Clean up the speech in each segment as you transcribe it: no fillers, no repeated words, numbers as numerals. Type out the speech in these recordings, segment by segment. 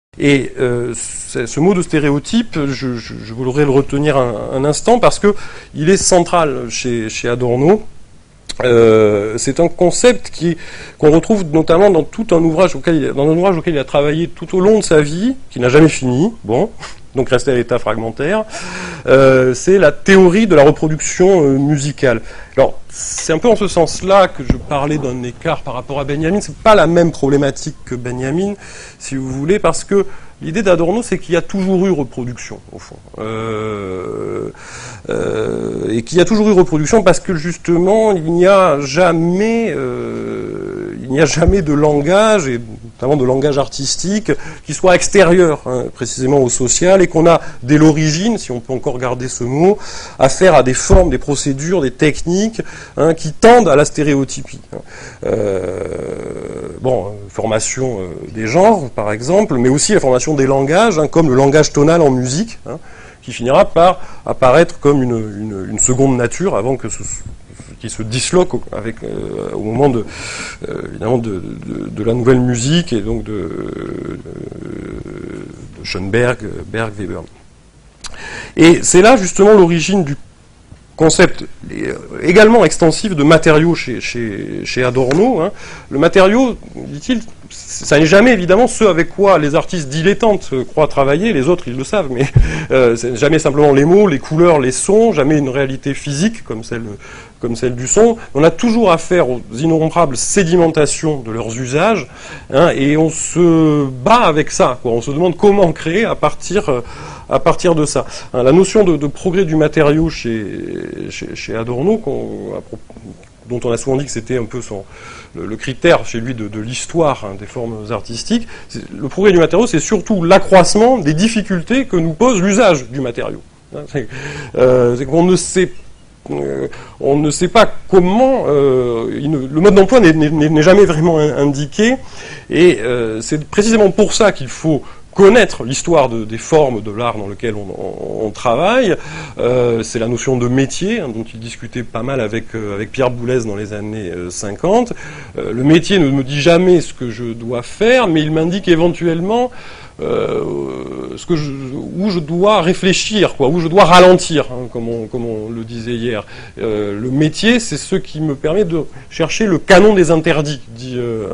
Et ce mot de stéréotype, je voudrais le retenir un instant parce que il est central chez Adorno. C'est un concept qu'on retrouve notamment dans tout un ouvrage auquel il a travaillé tout au long de sa vie, qui n'a jamais fini. Bon. Donc resté à l'état fragmentaire, c'est la théorie de la reproduction musicale. Alors, c'est un peu en ce sens-là que je parlais d'un écart par rapport à Benjamin. C'est pas la même problématique que Benjamin, si vous voulez, parce que l'idée d'Adorno, c'est qu'il y a toujours eu reproduction, au fond. Et qu'il y a toujours eu reproduction parce que, justement, il n'y a jamais de langage, et notamment de langage artistique, qui soit extérieur, précisément au social, et qu'on a, dès l'origine, si on peut encore garder ce mot, affaire à des formes, des procédures, des techniques, qui tendent à la stéréotypie. Formation des genres, par exemple, mais aussi la formation des langages, comme le langage tonal en musique, qui finira par apparaître comme une seconde nature avant que qui se disloque au moment évidemment de la nouvelle musique et donc de Schoenberg, Berg, Weber. Et c'est là justement l'origine du concept également extensif de matériaux chez Adorno. Le matériau, dit-il, ça n'est jamais évidemment ce avec quoi les artistes dilettantes croient travailler, les autres ils le savent, mais c'est jamais simplement les mots, les couleurs, les sons, jamais une réalité physique comme celle du son. On a toujours affaire aux innombrables sédimentations de leurs usages, et on se bat avec ça, quoi. On se demande comment créer à partir de ça. La notion de progrès du matériau chez Adorno, dont on a souvent dit que c'était un peu le critère chez lui de l'histoire des formes artistiques, le progrès du matériau, c'est surtout l'accroissement des difficultés que nous pose l'usage du matériau. C'est qu'on ne sait on ne sait pas comment, le mode d'emploi n'est jamais vraiment indiqué, et c'est précisément pour ça qu'il faut connaître l'histoire des formes de l'art dans lequel on travaille. C'est la notion de métier, dont il discutait pas mal avec Pierre Boulez dans les années 50. Le métier ne me dit jamais ce que je dois faire, mais il m'indique éventuellement où je dois réfléchir, où je dois ralentir, comme on le disait hier. Le métier, c'est ce qui me permet de chercher le canon des interdits, dit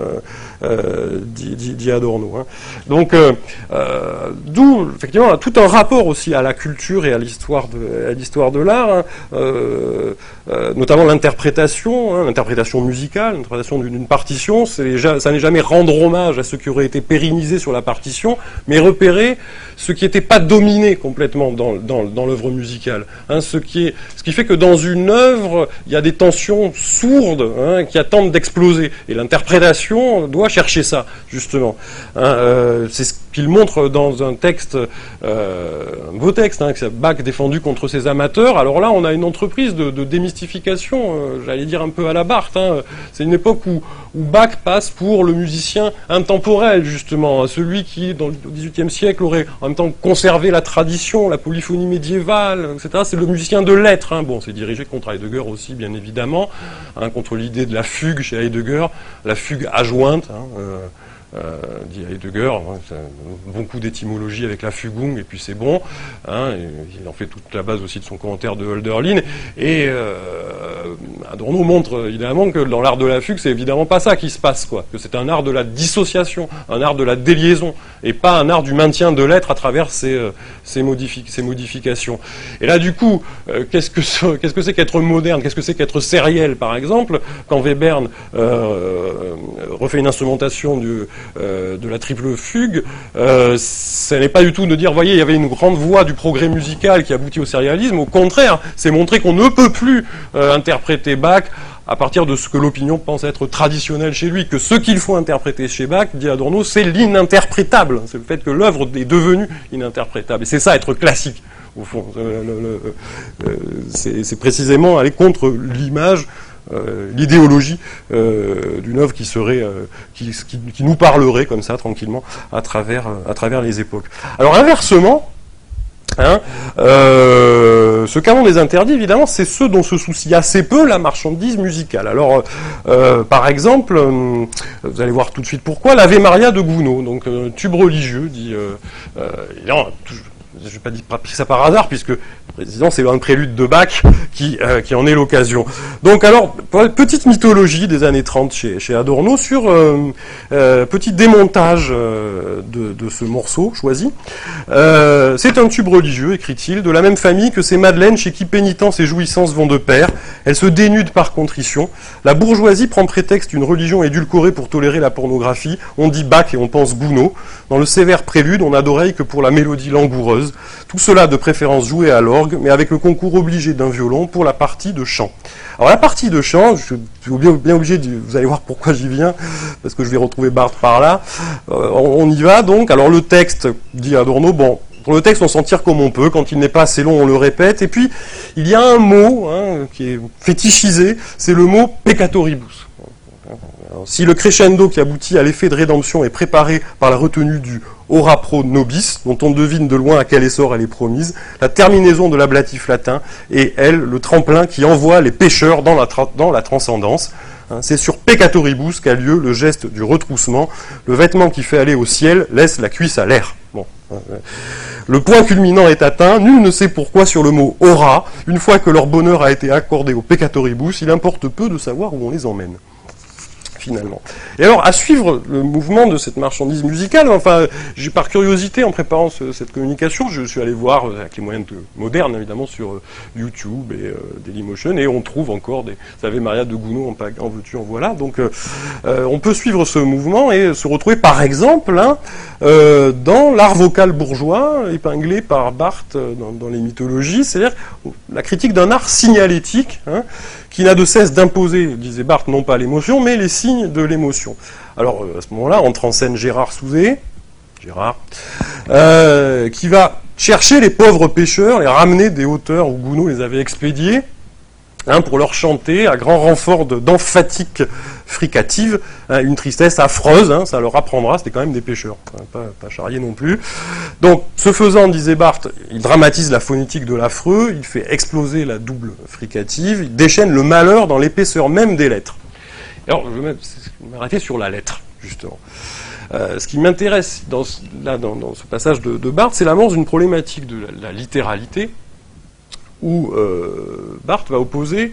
Adorno. Donc, d'où effectivement tout un rapport aussi à la culture et à l'histoire de l'art, notamment l'interprétation musicale, l'interprétation d'une partition. Ça n'est jamais rendre hommage à ce qui aurait été pérennisé sur la partition, mais repérer ce qui n'était pas dominé complètement dans l'œuvre musicale. Ce qui fait que dans une œuvre, il y a des tensions sourdes qui attendent d'exploser. Et l'interprétation doit chercher ça, justement. C'est ce qu'il montre dans un texte, un beau texte, qui s'appelle Bach défendu contre ses amateurs. Alors là, on a une entreprise de démystification, j'allais dire un peu à la Barthes. C'est une époque où Bach passe pour le musicien intemporel, justement, celui qui, au XVIIIe siècle, aurait en même temps conservé la tradition, la polyphonie médiévale, etc. C'est le musicien de lettres. Bon, c'est dirigé contre Heidegger aussi, bien évidemment, contre l'idée de la fugue chez Heidegger, la fugue adjointe, dit Heidegger, beaucoup d'étymologie avec la Fügung, et puis c'est bon. Il en fait toute la base aussi de son commentaire de Hölderlin. Et Adorno montre évidemment que dans l'art de la fugue, c'est évidemment pas ça qui se passe, que c'est un art de la dissociation, un art de la déliaison, et pas un art du maintien de l'être à travers ces modifications. Et là, du coup, qu'est-ce que c'est qu'être moderne, qu'est-ce que c'est qu'être sériel, par exemple, quand Webern refait une instrumentation de la triple fugue, ça n'est pas du tout de dire, voyez, il y avait une grande voie du progrès musical qui aboutit au sérialisme. Au contraire, c'est montrer qu'on ne peut plus interpréter Bach à partir de ce que l'opinion pense être traditionnel chez lui, que ce qu'il faut interpréter chez Bach, dit Adorno, c'est l'ininterprétable. C'est le fait que l'œuvre est devenue ininterprétable. Et c'est ça, être classique, au fond. C'est précisément aller contre l'image, l'idéologie d'une œuvre qui serait, qui nous parlerait comme ça tranquillement à travers les époques. Alors inversement, Hein, ce canon des interdits, évidemment, c'est ceux dont se soucie assez peu la marchandise musicale. Alors, par exemple, vous allez voir tout de suite pourquoi, l'Ave Maria de Gounod, donc tube religieux, dit... évidemment, je n'ai pas pris ça par hasard, puisque précisément c'est un prélude de Bach qui en est l'occasion. Donc alors, petite mythologie des années 30 chez Adorno sur petit démontage de ce morceau choisi. C'est un tube religieux, écrit-il, de la même famille que ces madeleines chez qui pénitence et jouissance vont de pair. Elles se dénudent par contrition. La bourgeoisie prend prétexte d'une religion édulcorée pour tolérer la pornographie. On dit Bach et on pense Gounod. Dans le sévère prélude, on n'a d'oreille que pour la mélodie langoureuse. Tout cela de préférence joué à l'orgue, mais avec le concours obligé d'un violon pour la partie de chant. Alors la partie de chant, je suis bien obligé, vous allez voir pourquoi j'y viens, parce que je vais retrouver Barthes par là. On y va donc. Alors le texte, dit Adorno, bon, pour le texte on s'en tire comme on peut, quand il n'est pas assez long on le répète, et puis il y a un mot qui est fétichisé, c'est le mot peccatoribus. Alors, si le crescendo qui aboutit à l'effet de rédemption est préparé par la retenue du ora pro nobis, dont on devine de loin à quel essor elle est promise, la terminaison de l'ablatif latin est, elle, le tremplin qui envoie les pécheurs dans la transcendance. C'est sur peccatoribus qu'a lieu le geste du retroussement. Le vêtement qui fait aller au ciel laisse la cuisse à l'air. Bon. Le point culminant est atteint, nul ne sait pourquoi sur le mot ora. Une fois que leur bonheur a été accordé au peccatoribus, il importe peu de savoir où on les emmène. Finalement. Et alors, à suivre le mouvement de cette marchandise musicale, enfin, j'ai par curiosité, en préparant cette communication, je suis allé voir, avec les moyens modernes, évidemment, sur YouTube et Dailymotion, et on trouve encore des Ave Maria de Gounod en veux-tu, en voilà. Donc, on peut suivre ce mouvement et se retrouver, par exemple, dans l'art vocal bourgeois, épinglé par Barthes dans les mythologies, c'est-à-dire la critique d'un art signalétique, qui n'a de cesse d'imposer, disait Barthes, non pas l'émotion, mais les signes de l'émotion. Alors, à ce moment-là, entre en scène Gérard Souzé, qui va chercher les pauvres pêcheurs, les ramener des hauteurs où Gounod les avait expédiés, pour leur chanter, à grand renfort d'emphatique fricative, une tristesse affreuse, ça leur apprendra, c'était quand même des pêcheurs, pas charriers non plus. Donc, ce faisant, disait Barthes, il dramatise la phonétique de l'affreux, il fait exploser la double fricative, il déchaîne le malheur dans l'épaisseur même des lettres. Alors, je vais m'arrêter sur la lettre, justement. Ce qui m'intéresse dans ce passage de Barthes, c'est l'amorce d'une problématique de la littéralité, où Barthes va opposer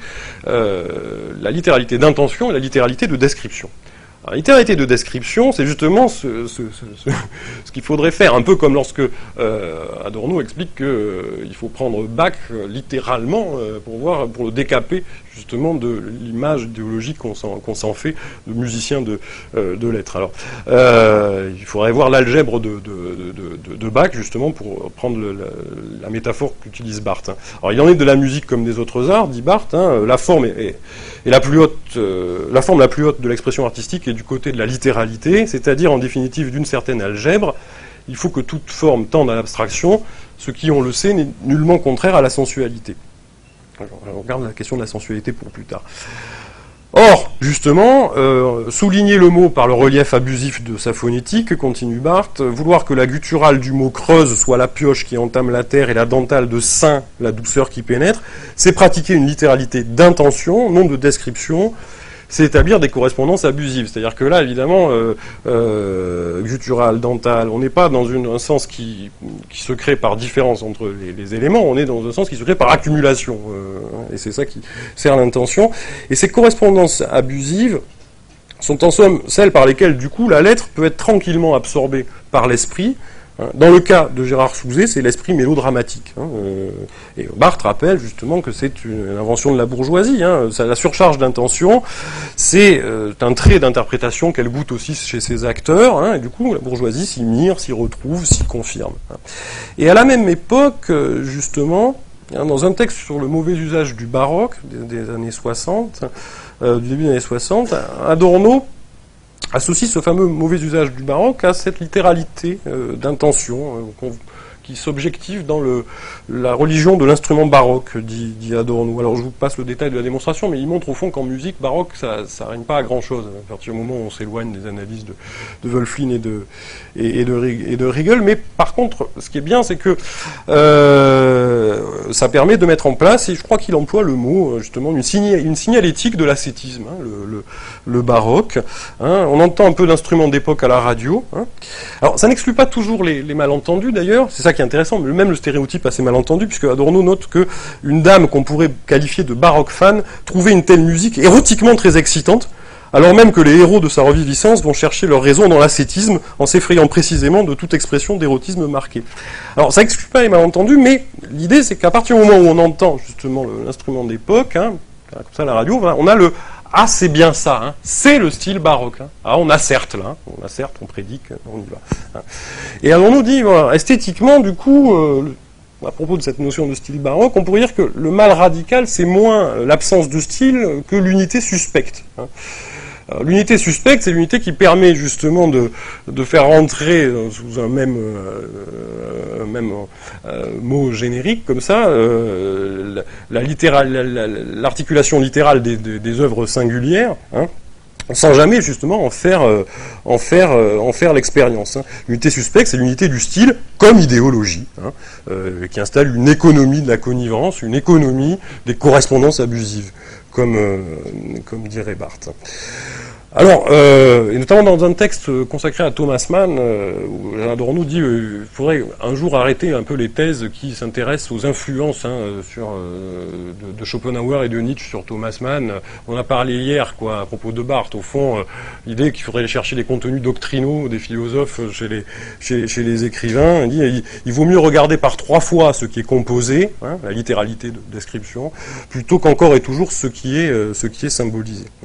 la littéralité d'intention et la littéralité de description. La littéralité de description, c'est justement ce qu'il faudrait faire, un peu comme lorsque Adorno explique qu'il faut prendre Bach littéralement pour le décaper justement de l'image idéologique qu'on s'en fait de musicien de lettres. Alors, il faudrait voir l'algèbre de Bach justement pour prendre la métaphore qu'utilise Barthes. Alors, il en est de la musique comme des autres arts, dit Barthes. La forme est la plus haute, la forme la plus haute de l'expression artistique est du côté de la littéralité, c'est-à-dire en définitive d'une certaine algèbre. Il faut que toute forme tende à l'abstraction, ce qui, on le sait, n'est nullement contraire à la sensualité. On regarde la question de la sensualité pour plus tard. Or, justement, souligner le mot par le relief abusif de sa phonétique, continue Barthes, vouloir que la gutturale du mot creuse soit la pioche qui entame la terre et la dentale de sein, la douceur qui pénètre, c'est pratiquer une littéralité d'intention, non de description, c'est établir des correspondances abusives. C'est-à-dire que là, évidemment, guttural, dental, on n'est pas dans un sens qui se crée par différence entre les éléments, on est dans un sens qui se crée par accumulation. Et c'est ça qui sert l'intention. Et ces correspondances abusives sont en somme celles par lesquelles, du coup, la lettre peut être tranquillement absorbée par l'esprit. Dans le cas de Gérard Souzé, c'est l'esprit mélodramatique. Et Barthes rappelle justement que c'est une invention de la bourgeoisie. La surcharge d'intention, c'est un trait d'interprétation qu'elle goûte aussi chez ses acteurs. Et du coup, la bourgeoisie s'y mire, s'y retrouve, s'y confirme. Et à la même époque, justement, dans un texte sur le mauvais usage du baroque des années 60, du début des années 60, Adorno associe ce fameux mauvais usage du baroque à cette littéralité d'intention qui s'objective dans la religion de l'instrument baroque, dit Adorno. Alors je vous passe le détail de la démonstration, mais il montre au fond qu'en musique baroque, ça règne pas à grand chose, à partir du moment où on s'éloigne des analyses de Wölfflin et de Riegel. Mais par contre, ce qui est bien, c'est que ça permet de mettre en place, et je crois qu'il emploie le mot, justement, une signalétique de l'ascétisme, hein, le baroque. Hein. On entend un peu d'instruments d'époque à la radio. Hein. Alors, ça n'exclut pas toujours les malentendus, d'ailleurs. C'est ça qui est intéressant, mais même le stéréotype assez malentendu, puisque Adorno note que une dame qu'on pourrait qualifier de baroque fan trouvait une telle musique érotiquement très excitante, alors même que les héros de sa reviviscence vont chercher leur raison dans l'ascétisme, en s'effrayant précisément de toute expression d'érotisme marqué. Alors, ça n'exclut pas les malentendus, mais l'idée, c'est qu'à partir du moment où on entend justement l'instrument d'époque, hein, comme ça la radio, on a le « Ah, c'est bien ça, hein, c'est le style baroque. Hein. Ah, on asserte là, on prédit, on y va. Hein. » Et alors on nous dit, voilà, esthétiquement, du coup, à propos de cette notion de style baroque, on pourrait dire que le mal radical, c'est moins l'absence de style que l'unité suspecte. Hein. L'unité suspecte, c'est l'unité qui permet justement de faire rentrer sous un même mot générique comme ça l'articulation littérale des œuvres singulières, hein, sans jamais justement en faire l'expérience. Hein. L'unité suspecte, c'est l'unité du style comme idéologie, hein, qui installe une économie de la connivence, une économie des correspondances abusives, comme dirait Barthes. Alors, et notamment dans un texte consacré à Thomas Mann, où Adorno dit qu'il faudrait un jour arrêter un peu les thèses qui s'intéressent aux influences de Schopenhauer et de Nietzsche sur Thomas Mann. On a parlé hier, à propos de Barthes, au fond, l'idée qu'il faudrait aller chercher les contenus doctrinaux des philosophes chez les écrivains. Il vaut mieux regarder par 3 fois ce qui est composé, hein, la littéralité de description, plutôt qu'encore et toujours ce qui est symbolisé.